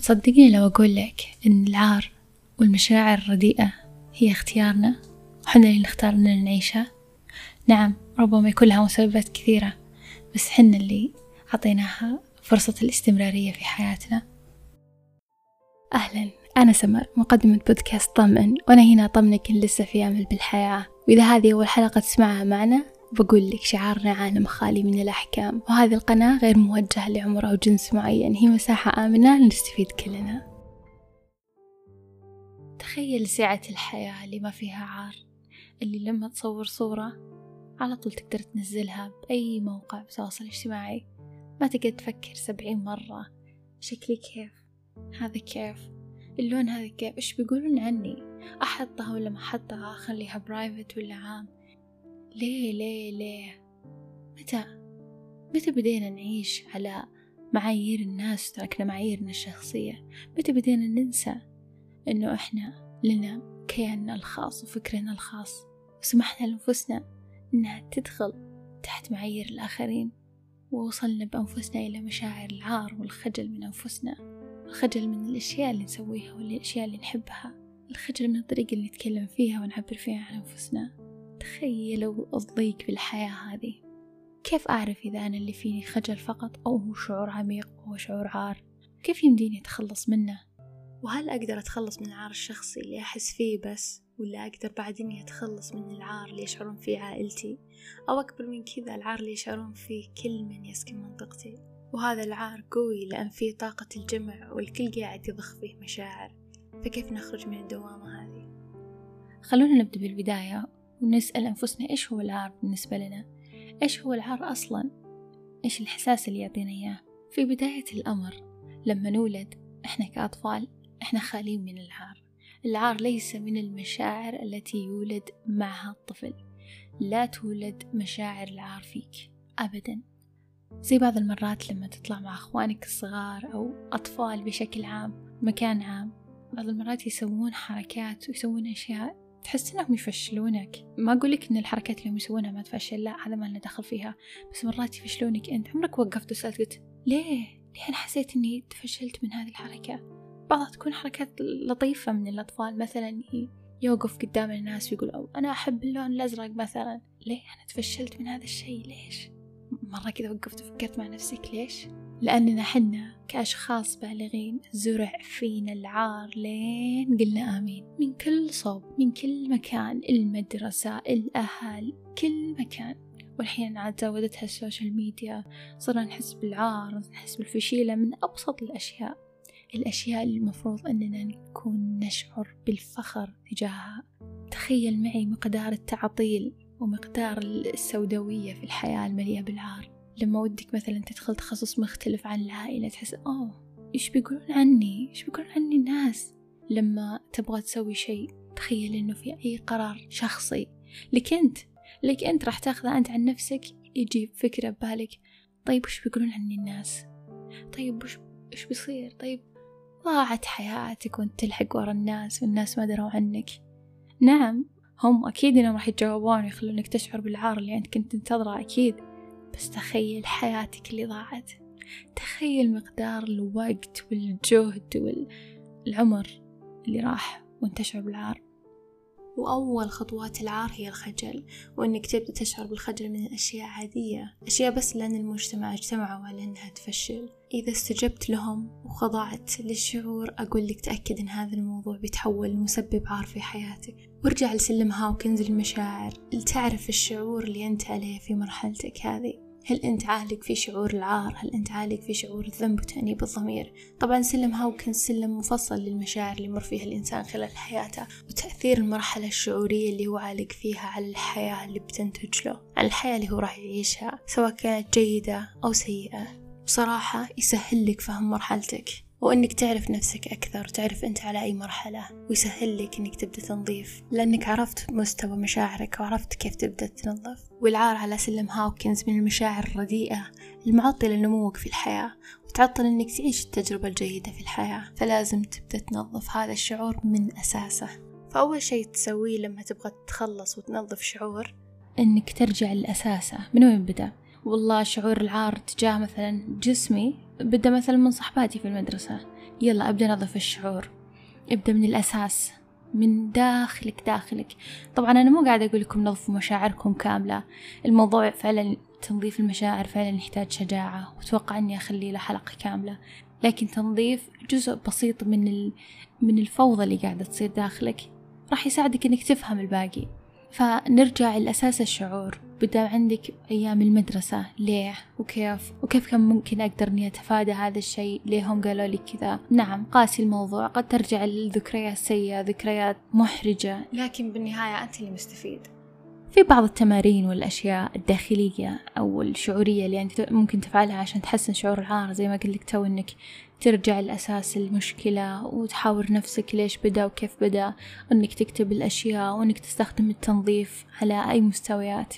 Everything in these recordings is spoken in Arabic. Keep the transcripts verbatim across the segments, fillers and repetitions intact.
تصدقني لو أقول لك إن العار والمشاعر الرديئة هي اختيارنا وحنا اللي نختار إننا نعيشها؟ نعم، ربما يكون لها مسببات كثيرة، بس حنا اللي عطيناها فرصة الاستمرارية في حياتنا. أهلا، أنا سمر، مقدمة بودكاست طمئن، وأنا هنا أطمنك إن لسه في أمل بالحياة. وإذا هذه أول حلقة تسمعها معنا بقول لك شعارنا عالم خالي من الأحكام، وهذه القناة غير موجهة لعمر أو جنس معين، هي مساحة آمنة نستفيد كلنا. تخيل سعة الحياة اللي ما فيها عار، اللي لما تصور صورة على طول تقدر تنزلها بأي موقع بتواصل اجتماعي، ما تقدر تفكر سبعين مرة شكلي كيف، هذا كيف، اللون هذا كيف، إيش بيقولون عني، أحطها ولا ما أحطها، أخليها برايفت ولا عام. ليه ليه ليه متى متى بدينا نعيش على معايير الناس تركنا معاييرنا الشخصية؟ متى بدينا ننسى إنه إحنا لنا كياننا الخاص وفكرنا الخاص، وسمحنا لأنفسنا إنها تدخل تحت معايير الآخرين، ووصلنا بأنفسنا إلى مشاعر العار والخجل من أنفسنا، الخجل من الأشياء اللي نسويها والأشياء اللي نحبها، الخجل من الطريقة اللي نتكلم فيها ونعبر فيها عن أنفسنا. تخيلوا الضيق بالحياة هذه، كيف أعرف إذا أنا اللي فيني خجل فقط أو هو شعور عميق وهو شعور عار؟ كيف يمديني أتخلص منه؟ وهل أقدر أتخلص من العار الشخصي اللي أحس فيه بس، ولا أقدر بعد إني أتخلص من العار اللي يشعرون فيه عائلتي، أو أكبر من كذا العار اللي يشعرون فيه كل من يسكن منطقتي؟ وهذا العار قوي لأن فيه طاقة الجمع والكل قاعد يضخ فيه مشاعر، فكيف نخرج من الدوامة هذه؟ خلونا نبدأ بالبداية ونسأل أنفسنا إيش هو العار بالنسبة لنا؟ إيش هو العار أصلاً؟ إيش الإحساس اللي يعطينا إياه؟ في بداية الأمر لما نولد إحنا كأطفال إحنا خالين من العار. العار ليس من المشاعر التي يولد معها الطفل، لا تولد مشاعر العار فيك أبداً. زي بعض المرات لما تطلع مع أخوانك الصغار أو أطفال بشكل عام مكان عام، بعض المرات يسوون حركات ويسوون أشياء تحس إنهم يفشلونك. ما أقولك إن الحركات اللي هم يسوونها ما تفشل، لا، هذا ما لنا دخل فيها، بس مرات يفشلونك أنت. عمرك وقفت وسألت قلت ليه ليه أنا حسيت إني تفشلت من هذه الحركة؟ بعضها تكون حركات لطيفة من الأطفال، مثلا يوقف قدام الناس ويقول أو أنا أحب اللون الأزرق مثلا، ليه أنا تفشلت من هذا الشيء؟ ليش؟ مرة كذا وقفت وفكرت مع نفسك ليش؟ لأننا حنا كأشخاص بالغين زرع فينا العار لين قلنا آمين، من كل صوب، من كل مكان، المدرسة، الأهل، كل مكان. والحين عاد زودتها السوشيال ميديا، صرنا نحس بالعار، نحس بالفشيلة من أبسط الأشياء، الأشياء اللي المفروض أننا نكون نشعر بالفخر تجاهها. تخيل معي مقدار التعطيل ومقدار السوداوية في الحياة المليئة بالعار. لما ودك مثلا تدخل تخصص مختلف عن العائلة تحس أوه إيش بيقولون عني، إيش بيقولون عني الناس. لما تبغى تسوي شيء تخيل إنه في أي قرار شخصي لك أنت لك أنت راح تاخذه أنت عن نفسك، يجي فكرة ببالك، طيب إيش بيقولون عني الناس، طيب إيش إيش بيصير، طيب ضاعت حياتك وانت تلحق ورا الناس والناس ما دروا عنك. نعم، هم أكيد إنهم راح يتجاوبون ويخلونك تشعر بالعار اللي أنت كنت تنتظره أكيد، بس تخيل حياتك اللي ضاعت، تخيل مقدار الوقت والجهد والعمر اللي راح وانت تشعر بالعار. وأول خطوات العار هي الخجل، وإنك تبدأ تشعر بالخجل من الأشياء عادية، أشياء بس لأن المجتمع اجتمعوا على أنها تفشل. إذا استجبت لهم وخضعت للشعور أقول لك تأكد أن هذا الموضوع بيتحول لمسبب عار في حياتك. وارجع لسلم هاوكنز للمشاعر لتعرف الشعور اللي أنت عليه في مرحلتك هذه. هل أنت عالق في شعور العار؟ هل أنت عالق في شعور الذنب وتأنيب الضمير؟ طبعا سلم هاوكنز سلم مفصل للمشاعر اللي يمر فيها الإنسان خلال حياته، وتأثير المرحلة الشعورية اللي هو عالق فيها على الحياة اللي بتنتج له، على الحياة اللي هو راح يعيشها سواء كانت جيدة أو سيئة. بصراحة يسهل لك فهم مرحلتك وإنك تعرف نفسك أكثر وتعرف أنت على أي مرحلة، ويسهل لك إنك تبدأ تنظيف لأنك عرفت مستوى مشاعرك وعرفت كيف تبدأ تنظف. والعار على سلم هاوكنز من المشاعر الرديئة المعطلة لنموك في الحياة وتعطل إنك تعيش التجربة الجيدة في الحياة، فلازم تبدأ تنظف هذا الشعور من أساسه. فأول شيء تسويه لما تبغى تتخلص وتنظف شعور إنك ترجع لأساسه. من وين بدأ؟ والله شعور العار تجاه مثلا جسمي بدأ مثلا من صحباتي في المدرسة، يلا أبدأ نظف الشعور، ابدأ من الأساس، من داخلك داخلك. طبعا أنا مو قاعدة أقول لكم نظفوا مشاعركم كاملة، الموضوع فعلا تنظيف المشاعر فعلا يحتاج شجاعة، وأتوقع أني أخلي له حلقة كاملة، لكن تنظيف جزء بسيط من ال... من الفوضى اللي قاعدة تصير داخلك راح يساعدك أنك تفهم الباقي. فنرجع الأساس الشعور. بدأ عندك أيام المدرسة، ليه وكيف وكيف كان ممكن أقدر أني أتفادى هذا الشيء، ليه هم قالوا لي كذا. نعم قاسي الموضوع، قد ترجع للذكريات سيئة، ذكريات محرجة، لكن بالنهاية أنت اللي مستفيد. في بعض التمارين والأشياء الداخلية أو الشعورية اللي أنت ممكن تفعلها عشان تحسن شعور العار، زي ما قلت لك تو، إنك ترجع لأساس المشكلة وتحاور نفسك ليش بدأ وكيف بدأ، إنك تكتب الأشياء وإنك تستخدم التنظيف على أي مستويات.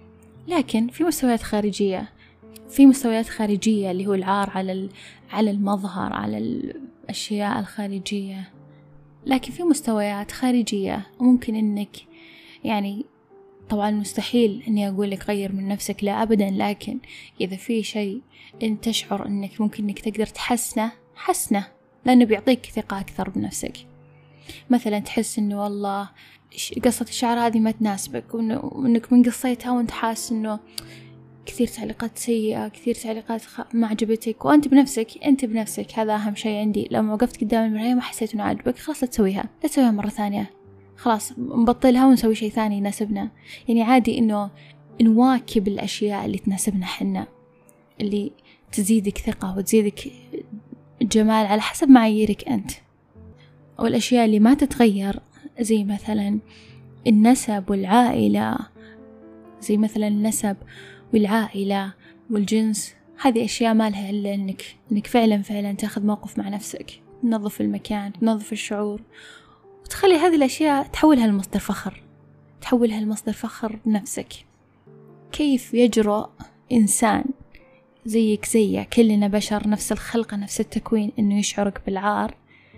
لكن في مستويات خارجية، في مستويات خارجية اللي هو العار على على المظهر، على الأشياء الخارجية. لكن في مستويات خارجية ممكن إنك يعني، طبعا مستحيل أني أقول لك غير من نفسك، لا أبدا، لكن إذا في شيء أنت تشعر أنك ممكن أنك تقدر تحسنه، حسنه، لأنه بيعطيك ثقة أكثر بنفسك. مثلا تحس أنه والله قصة الشعر هذه ما تناسبك، وأنك من قصيتها وأنت حاس أنه كثير تعليقات سيئة، كثير تعليقات ما عجبتك، وأنت بنفسك أنت بنفسك هذا أهم شيء عندي. لما وقفت قدام المراية ما حسيت أنه عاجبك، خلاص لا تسويها، لا تسويها مرة ثانية، خلاص نبطلها ونسوي شيء ثاني يناسبنا. يعني عادي إنه نواكب الأشياء اللي تناسبنا حنا، اللي تزيدك ثقة وتزيدك جمال على حسب معاييرك أنت. والأشياء اللي ما تتغير زي مثلا النسب والعائلة، زي مثلا النسب والعائلة والجنس، هذه أشياء ما لها إلا إنك إنك فعلا فعلا تاخذ موقف مع نفسك، تنظف المكان، تنظف الشعور، وتخلي هذه الأشياء تحولها لمصدر فخر، تحولها لمصدر فخر بنفسك. كيف يجرؤ إنسان زيك زيك، كلنا بشر، نفس الخلقة نفس التكوين، إنه يشعرك بالعار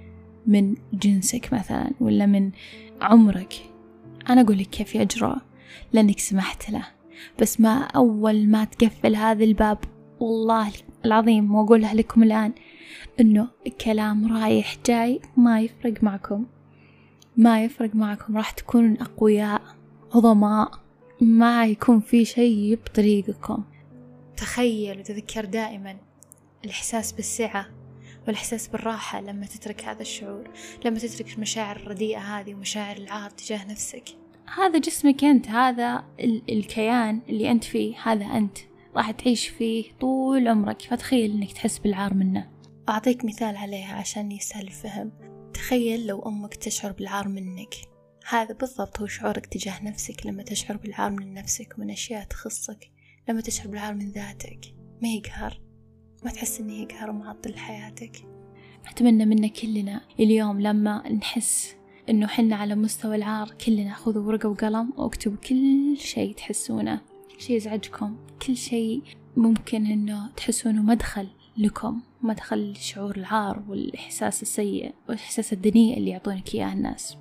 من جنسك مثلا ولا من عمرك؟ أنا أقول لك كيف يجرؤ، لأنك سمحت له. بس ما أول ما تقفل هذا الباب، والله العظيم وأقولها لكم الآن، إنه الكلام رايح جاي ما يفرق معكم، ما يفرق معكم، راح تكونون أقوياء عظماء، ما يكون في شيء بطريقكم. تخيل وتذكر دائما الإحساس بالسعة والإحساس بالراحة لما تترك هذا الشعور، لما تترك المشاعر الرديئة هذه ومشاعر العار تجاه نفسك. هذا جسمك أنت، هذا ال- الكيان اللي أنت فيه، هذا أنت راح تعيش فيه طول عمرك، فتخيل أنك تحس بالعار منه. أعطيك مثال عليها عشان يسهل الفهم. تخيل لو أمك تشعر بالعار منك، هذا بالضبط هو شعورك تجاه نفسك لما تشعر بالعار من نفسك ومن أشياء تخصك. لما تشعر بالعار من ذاتك ما يقهر، ما تحس إنه يقهر ومعطل حياتك. أتمنى منا كلنا اليوم لما نحس إنه حنا على مستوى العار، كلنا خذوا ورقة وقلم واكتبوا كل شيء تحسونه، شيء يزعجكم، كل شيء ممكن إنه تحسونه مدخل لكم، مدخل لشعور العار والإحساس السيء والإحساس الدنيء اللي يعطونك إياه الناس.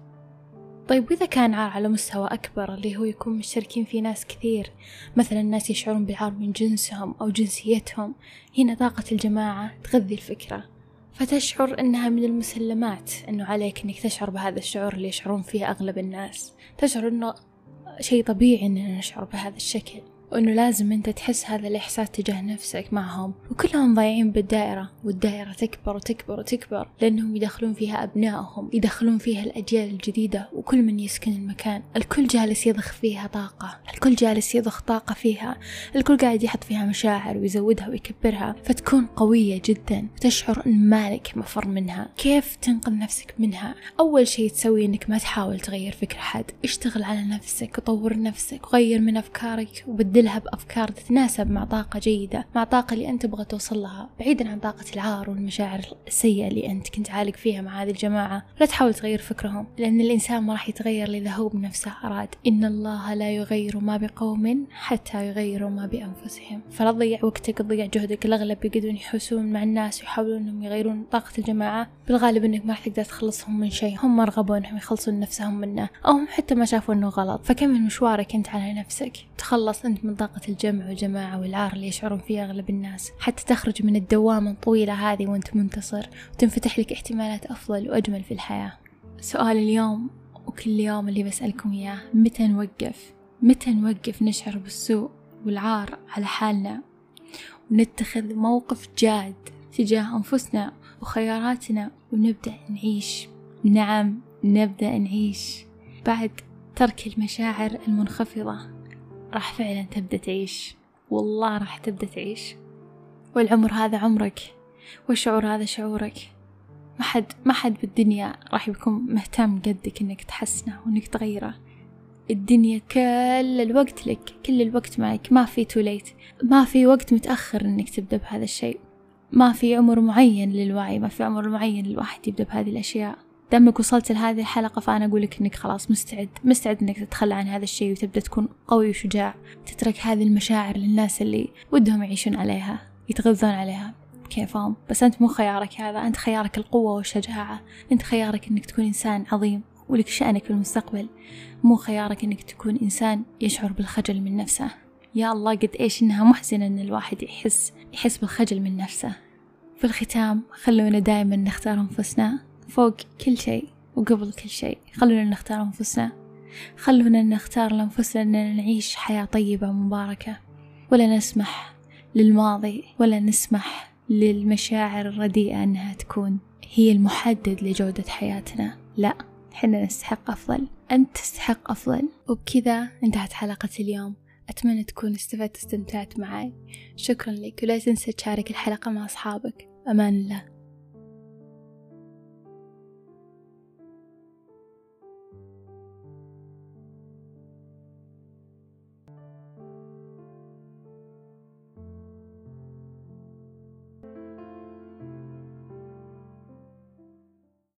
طيب وإذا كان عار على مستوى أكبر، اللي هو يكون مشتركين فيه ناس كثير، مثلا الناس يشعرون بالعار من جنسهم أو جنسيتهم، هنا طاقة الجماعة تغذي الفكرة، فتشعر أنها من المسلمات أنه عليك أنك تشعر بهذا الشعور اللي يشعرون فيه أغلب الناس، تشعر أنه شيء طبيعي أننا نشعر بهذا الشكل، وأنه لازم أنت تحس هذا الإحساس تجاه نفسك معهم. وكلهم ضايعين بالدائرة، والدائرة تكبر وتكبر وتكبر، لأنهم يدخلون فيها أبنائهم، يدخلون فيها الأجيال الجديدة، وكل من يسكن المكان الكل جالس يضخ فيها طاقة، الكل جالس يضخ طاقة فيها، الكل قاعد يحط فيها مشاعر ويزودها ويكبرها، فتكون قوية جدا وتشعر أن مالك مفر منها. كيف تنقذ نفسك منها؟ أول شيء تسوي أنك ما تحاول تغير فكر حد، اشتغل على نفسك وطور نفسك وغير من أفكارك وبدل لها بأفكار تتناسب مع طاقة جيدة، مع طاقة اللي أنت تبغى توصل لها، بعيدا عن طاقة العار والمشاعر السيئة اللي أنت كنت عالق فيها مع هذه الجماعة. لا تحاول تغير فكرهم، لأن الإنسان ما راح يتغير إذا هو بنفسه أراد. إن الله لا يغير ما بقوم حتى يغيروا ما بأنفسهم. فلا تضيع وقتك تضيع جهدك. الأغلب يقدرون يحسون مع الناس ويحاولون أنهم يغيرون طاقة الجماعة، بالغالب أنك ما راح تقدر تخلصهم من شيء هم ما رغبوا أنهم يخلصون نفسهم منه، أو هم حتى ما شافوا أنه غلط. فكمل مشوارك أنت على نفسك، تخلص أنت من من طاقة الجمع والجماعة والعار اللي يشعرون فيه أغلب الناس، حتى تخرج من الدوامة الطويلة هذه وأنت منتصر، وتنفتح لك احتمالات أفضل وأجمل في الحياة. سؤال اليوم وكل يوم اللي بسألكم إياه، متى نوقف؟ متى نوقف نشعر بالسوء والعار على حالنا ونتخذ موقف جاد تجاه أنفسنا وخياراتنا ونبدأ نعيش؟ نعم، نبدأ نعيش. بعد ترك المشاعر المنخفضة راح فعلا تبدأ تعيش، والله راح تبدأ تعيش. والعمر هذا عمرك، والشعور هذا شعورك. ما حد ما حد بالدنيا راح يكون مهتم قدك إنك تحسنه وإنك تغيره. الدنيا كل الوقت لك، كل الوقت معك، ما في توليت، ما في وقت متأخر إنك تبدأ بهذا الشيء. ما في عمر معين للوعي، ما في عمر معين للواحد يبدأ بهذه الأشياء. دامك وصلت لهذه الحلقة فأنا أقولك إنك خلاص مستعد مستعد إنك تتخلى عن هذا الشيء وتبدأ تكون قوي وشجاع، تترك هذه المشاعر للناس اللي ودهم يعيشون عليها، يتغذون عليها كيفهم. بس أنت مو خيارك هذا، أنت خيارك القوة والشجاعة، أنت خيارك إنك تكون إنسان عظيم ولك شأنك في المستقبل، مو خيارك إنك تكون إنسان يشعر بالخجل من نفسه. يا الله قد إيش إنها محزنة إن الواحد يحس يحس بالخجل من نفسه. في الختام خلونا دائما نختار أنفسنا فوق كل شيء وقبل كل شيء. خلونا نختار أنفسنا، خلونا نختار لأنفسنا أننا نعيش حياة طيبة ومباركة، ولا نسمح للماضي ولا نسمح للمشاعر الرديئة أنها تكون هي المحدد لجودة حياتنا. لا، حنا نستحق أفضل، أنت تستحق أفضل. وبكذا انتهت حلقة اليوم. أتمنى تكون استفدت واستمتعت معي. شكرا لك، ولا تنسى تشارك الحلقة مع أصحابك. أمان الله.